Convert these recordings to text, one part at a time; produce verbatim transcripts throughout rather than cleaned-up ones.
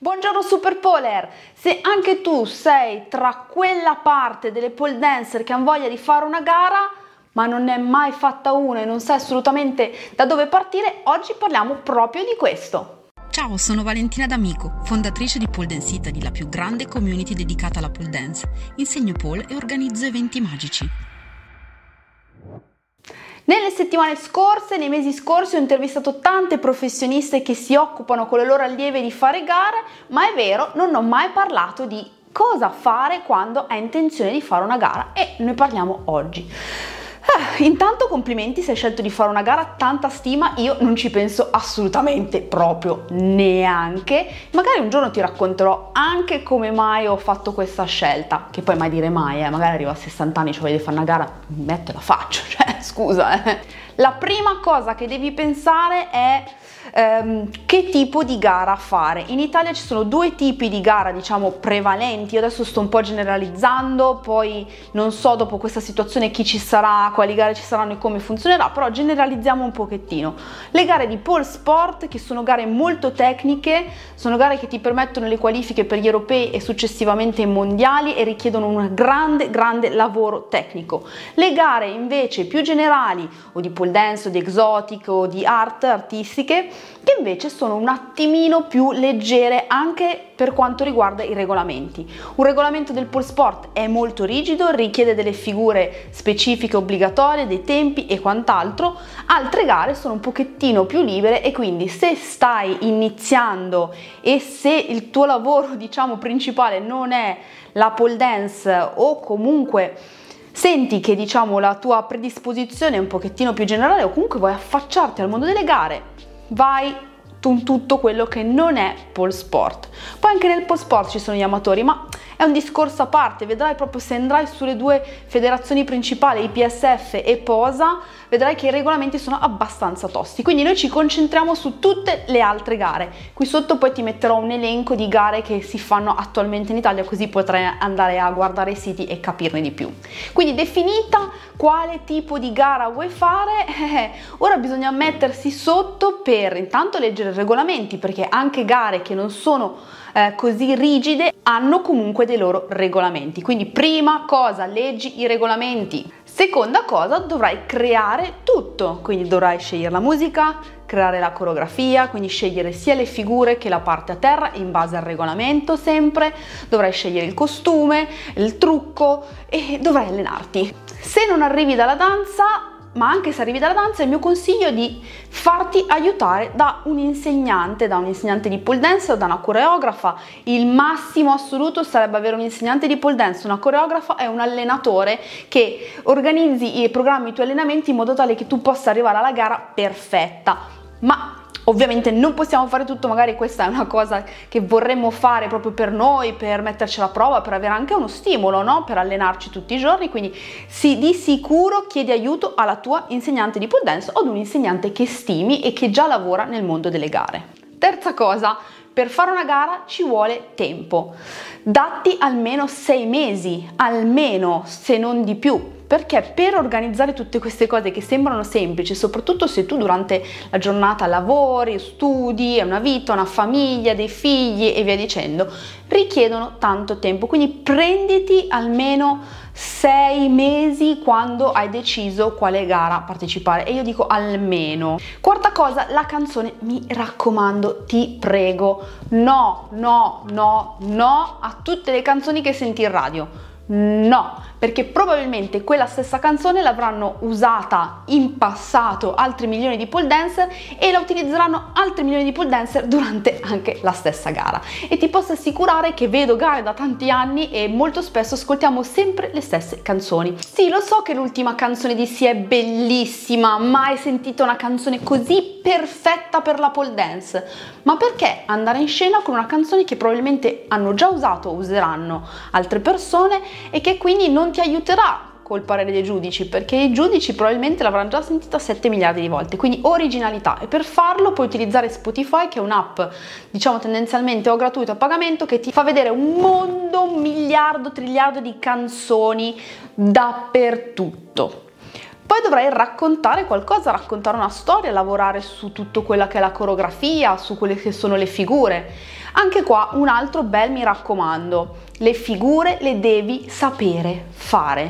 Buongiorno Super Poler! Se anche tu sei tra quella parte delle pole dancer che hanno voglia di fare una gara ma non ne è mai fatta una e non sai assolutamente da dove partire, oggi parliamo proprio di questo. Ciao, sono Valentina D'Amico, fondatrice di Pole Dance Italy, la più grande community dedicata alla pole dance. Insegno pole e organizzo eventi magici. Nelle settimane scorse, nei mesi scorsi ho intervistato tante professioniste che si occupano con le loro allieve di fare gare, ma è vero, non ho mai parlato di cosa fare quando hai intenzione di fare una gara e ne parliamo oggi. Eh, intanto complimenti se hai scelto di fare una gara, tanta stima, io non ci penso assolutamente proprio neanche. Magari un giorno ti racconterò anche come mai ho fatto questa scelta, che poi mai dire mai, eh, magari arrivo a sessanta anni, cioè voglio fare una gara, mi metto e la faccio, cioè scusa. Eh. La prima cosa che devi pensare è ehm, che tipo di gara fare. In Italia ci sono due tipi di gara, diciamo, prevalenti. Io adesso sto un po' generalizzando, poi non so dopo questa situazione chi ci sarà, quali gare ci saranno e come funzionerà, però generalizziamo un pochettino. Le gare di pole sport, che sono gare molto tecniche, sono gare che ti permettono le qualifiche per gli europei e successivamente ai mondiali e richiedono un grande grande lavoro tecnico. Le gare invece più generali, o di pole dance o di exotic o di art artistiche, che invece sono un attimino più leggere anche per quanto riguarda i regolamenti. Un regolamento del pole sport è molto rigido, richiede delle figure specifiche obbligatorie, dei tempi e quant'altro. Altre gare sono un pochettino più libere e quindi se stai iniziando e se il tuo lavoro, diciamo, principale non è la pole dance o comunque senti che, diciamo, la tua predisposizione è un pochettino più generale o comunque vuoi affacciarti al mondo delle gare, vai con tutto quello che non è pole sport. Poi anche nel pole sport ci sono gli amatori, ma è un discorso a parte. Vedrai proprio, se andrai sulle due federazioni principali, I P S F e Posa, vedrai che i regolamenti sono abbastanza tosti, quindi noi ci concentriamo su tutte le altre gare. Qui sotto poi ti metterò un elenco di gare che si fanno attualmente in Italia, così potrai andare a guardare i siti e capirne di più. Quindi definita quale tipo di gara vuoi fare, eh, ora bisogna mettersi sotto per intanto leggere i regolamenti, perché anche gare che non sono eh, così rigide hanno comunque dei loro regolamenti. Quindi prima cosa, leggi i regolamenti. Seconda cosa, dovrai creare tutto, quindi dovrai scegliere la musica, creare la coreografia, quindi scegliere sia le figure che la parte a terra in base al regolamento sempre, dovrai scegliere il costume, il trucco e dovrai allenarti. Se non arrivi dalla danza, ma anche se arrivi dalla danza, il mio consiglio è di farti aiutare da un insegnante, da un insegnante di pole dance o da una coreografa. Il massimo assoluto sarebbe avere un insegnante di pole dance, una coreografa e un allenatore che organizzi e programmi i tuoi allenamenti in modo tale che tu possa arrivare alla gara perfetta. Ma ovviamente non possiamo fare tutto, magari questa è una cosa che vorremmo fare proprio per noi, per metterci alla prova, per avere anche uno stimolo, no? Per allenarci tutti i giorni, quindi sì, di sicuro chiedi aiuto alla tua insegnante di pole dance o ad un insegnante che stimi e che già lavora nel mondo delle gare. Terza cosa, per fare una gara ci vuole tempo. Datti almeno sei mesi, almeno, se non di più. Perché per organizzare tutte queste cose che sembrano semplici, soprattutto se tu durante la giornata lavori, studi, hai una vita, una famiglia, dei figli e via dicendo, richiedono tanto tempo. Quindi prenditi almeno sei mesi quando hai deciso quale gara partecipare, e io dico almeno. Quarta cosa, la canzone, mi raccomando, ti prego, no, no, no, no a tutte le canzoni che senti in radio. No, perché probabilmente quella stessa canzone l'avranno usata in passato altri milioni di pole dancer e la utilizzeranno altri milioni di pole dancer durante anche la stessa gara. E ti posso assicurare che vedo gare da tanti anni e molto spesso ascoltiamo sempre le stesse canzoni. Sì, lo so che l'ultima canzone di Sia è bellissima, mai sentito una canzone così perfetta per la pole dance, ma perché andare in scena con una canzone che probabilmente hanno già usato o useranno altre persone e che quindi non ti aiuterà col parere dei giudici, perché i giudici probabilmente l'avranno già sentita sette miliardi di volte. Quindi originalità, e per farlo puoi utilizzare Spotify, che è un'app, diciamo, tendenzialmente o gratuita o a pagamento, che ti fa vedere un mondo, un miliardo, triliardo di canzoni dappertutto. Poi dovrai raccontare qualcosa, raccontare una storia, lavorare su tutto quella che è la coreografia, su quelle che sono le figure. Anche qua un altro bel mi raccomando, le figure le devi sapere fare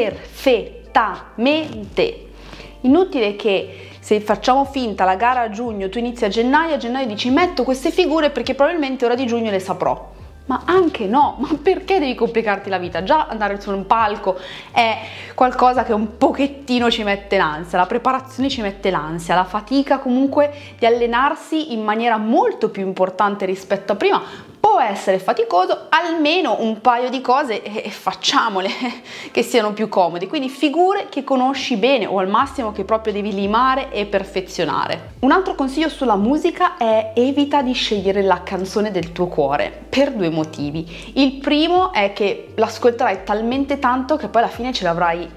perfettamente. Inutile che se facciamo finta la gara a giugno, tu inizi a gennaio, a gennaio dici metto queste figure perché probabilmente ora di giugno le saprò. Ma anche no, ma perché devi complicarti la vita? Già andare su un palco è qualcosa che un pochettino ci mette l'ansia, la preparazione ci mette l'ansia, la fatica comunque di allenarsi in maniera molto più importante rispetto a prima. Può essere faticoso, almeno un paio di cose e facciamole che siano più comodi, quindi figure che conosci bene o al massimo che proprio devi limare e perfezionare. Un altro consiglio sulla musica è evita di scegliere la canzone del tuo cuore per due motivi. Il primo è che l'ascolterai talmente tanto che poi alla fine ce l'avrai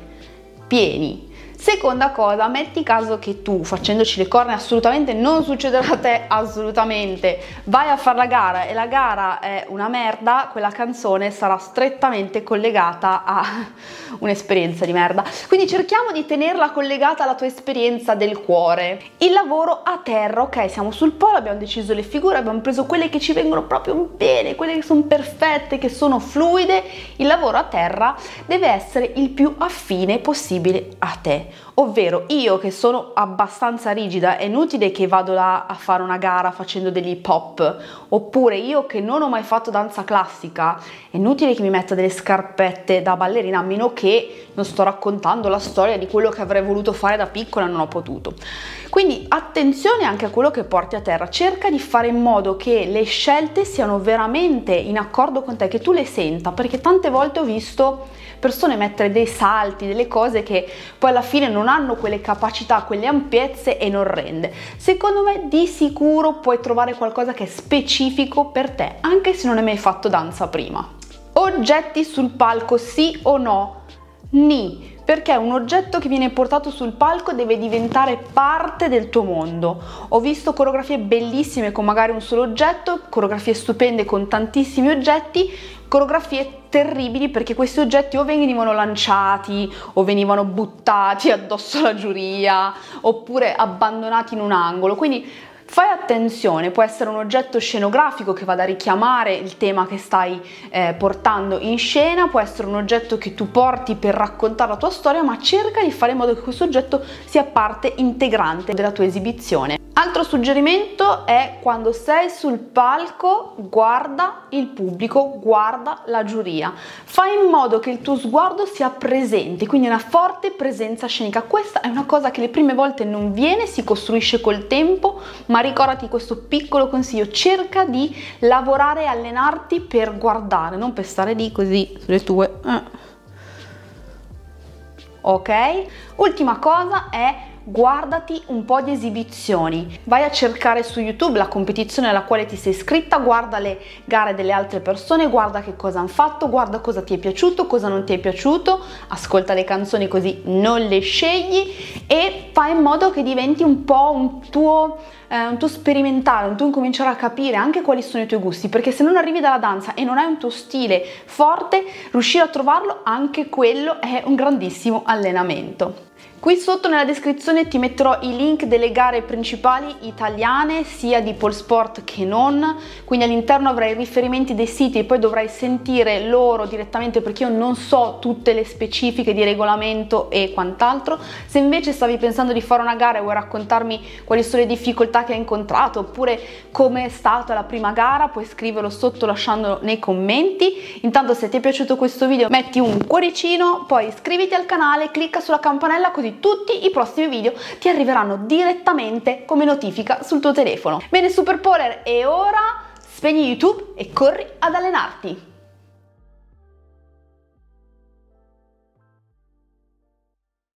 pieni. Seconda cosa, metti caso che tu, facendoci le corna, assolutamente non succederà a te, assolutamente, vai a fare la gara e la gara è una merda, quella canzone sarà strettamente collegata a un'esperienza di merda. Quindi cerchiamo di tenerla collegata alla tua esperienza del cuore. Il lavoro a terra, ok, siamo sul polo, abbiamo deciso le figure, abbiamo preso quelle che ci vengono proprio bene, quelle che sono perfette, che sono fluide. Il lavoro a terra deve essere il più affine possibile a te. Ovvero io che sono abbastanza rigida, è inutile che vado là a fare una gara facendo degli hip hop, oppure io che non ho mai fatto danza classica, è inutile che mi metta delle scarpette da ballerina, a meno che non sto raccontando la storia di quello che avrei voluto fare da piccola e non ho potuto. Quindi attenzione anche a quello che porti a terra, cerca di fare in modo che le scelte siano veramente in accordo con te, che tu le senta, perché tante volte ho visto persone mettere dei salti, delle cose che poi alla fine non hanno quelle capacità, quelle ampiezze e non rende. Secondo me di sicuro puoi trovare qualcosa che è specifico per te, anche se non hai mai fatto danza prima. Oggetti sul palco, sì o no? Ni. Perché un oggetto che viene portato sul palco deve diventare parte del tuo mondo. Ho visto coreografie bellissime con magari un solo oggetto, coreografie stupende con tantissimi oggetti, coreografie terribili perché questi oggetti o venivano lanciati o venivano buttati addosso alla giuria oppure abbandonati in un angolo. Quindi fai attenzione, può essere un oggetto scenografico che vada a richiamare il tema che stai eh, portando in scena, può essere un oggetto che tu porti per raccontare la tua storia, ma cerca di fare in modo che questo oggetto sia parte integrante della tua esibizione. Altro suggerimento è quando sei sul palco, guarda il pubblico, guarda la giuria. Fai in modo che il tuo sguardo sia presente, quindi una forte presenza scenica. Questa è una cosa che le prime volte non viene, si costruisce col tempo, ma ricordati questo piccolo consiglio, cerca di lavorare e allenarti per guardare, non per stare lì così sulle tue... Ok? Ultima cosa è guardati un po' di esibizioni, vai a cercare su YouTube la competizione alla quale ti sei iscritta, guarda le gare delle altre persone, guarda che cosa hanno fatto, guarda cosa ti è piaciuto, cosa non ti è piaciuto, ascolta le canzoni così non le scegli e fai in modo che diventi un po' un tuo, eh, un tuo sperimentale, un tuo incominciare a capire anche quali sono i tuoi gusti, perché se non arrivi dalla danza e non hai un tuo stile forte, riuscire a trovarlo, anche quello è un grandissimo allenamento. Qui sotto nella descrizione ti metterò i link delle gare principali italiane, sia di pole sport che non, quindi all'interno avrai riferimenti dei siti e poi dovrai sentire loro direttamente perché io non so tutte le specifiche di regolamento e quant'altro. Se invece stavi pensando di fare una gara e vuoi raccontarmi quali sono le difficoltà che hai incontrato oppure come è stata la prima gara, puoi scriverlo sotto lasciandolo nei commenti. Intanto se ti è piaciuto questo video metti un cuoricino, poi iscriviti al canale, clicca sulla campanella così tutti i prossimi video ti arriveranno direttamente come notifica sul tuo telefono. Bene Super Poler, e ora spegni YouTube e corri ad allenarti!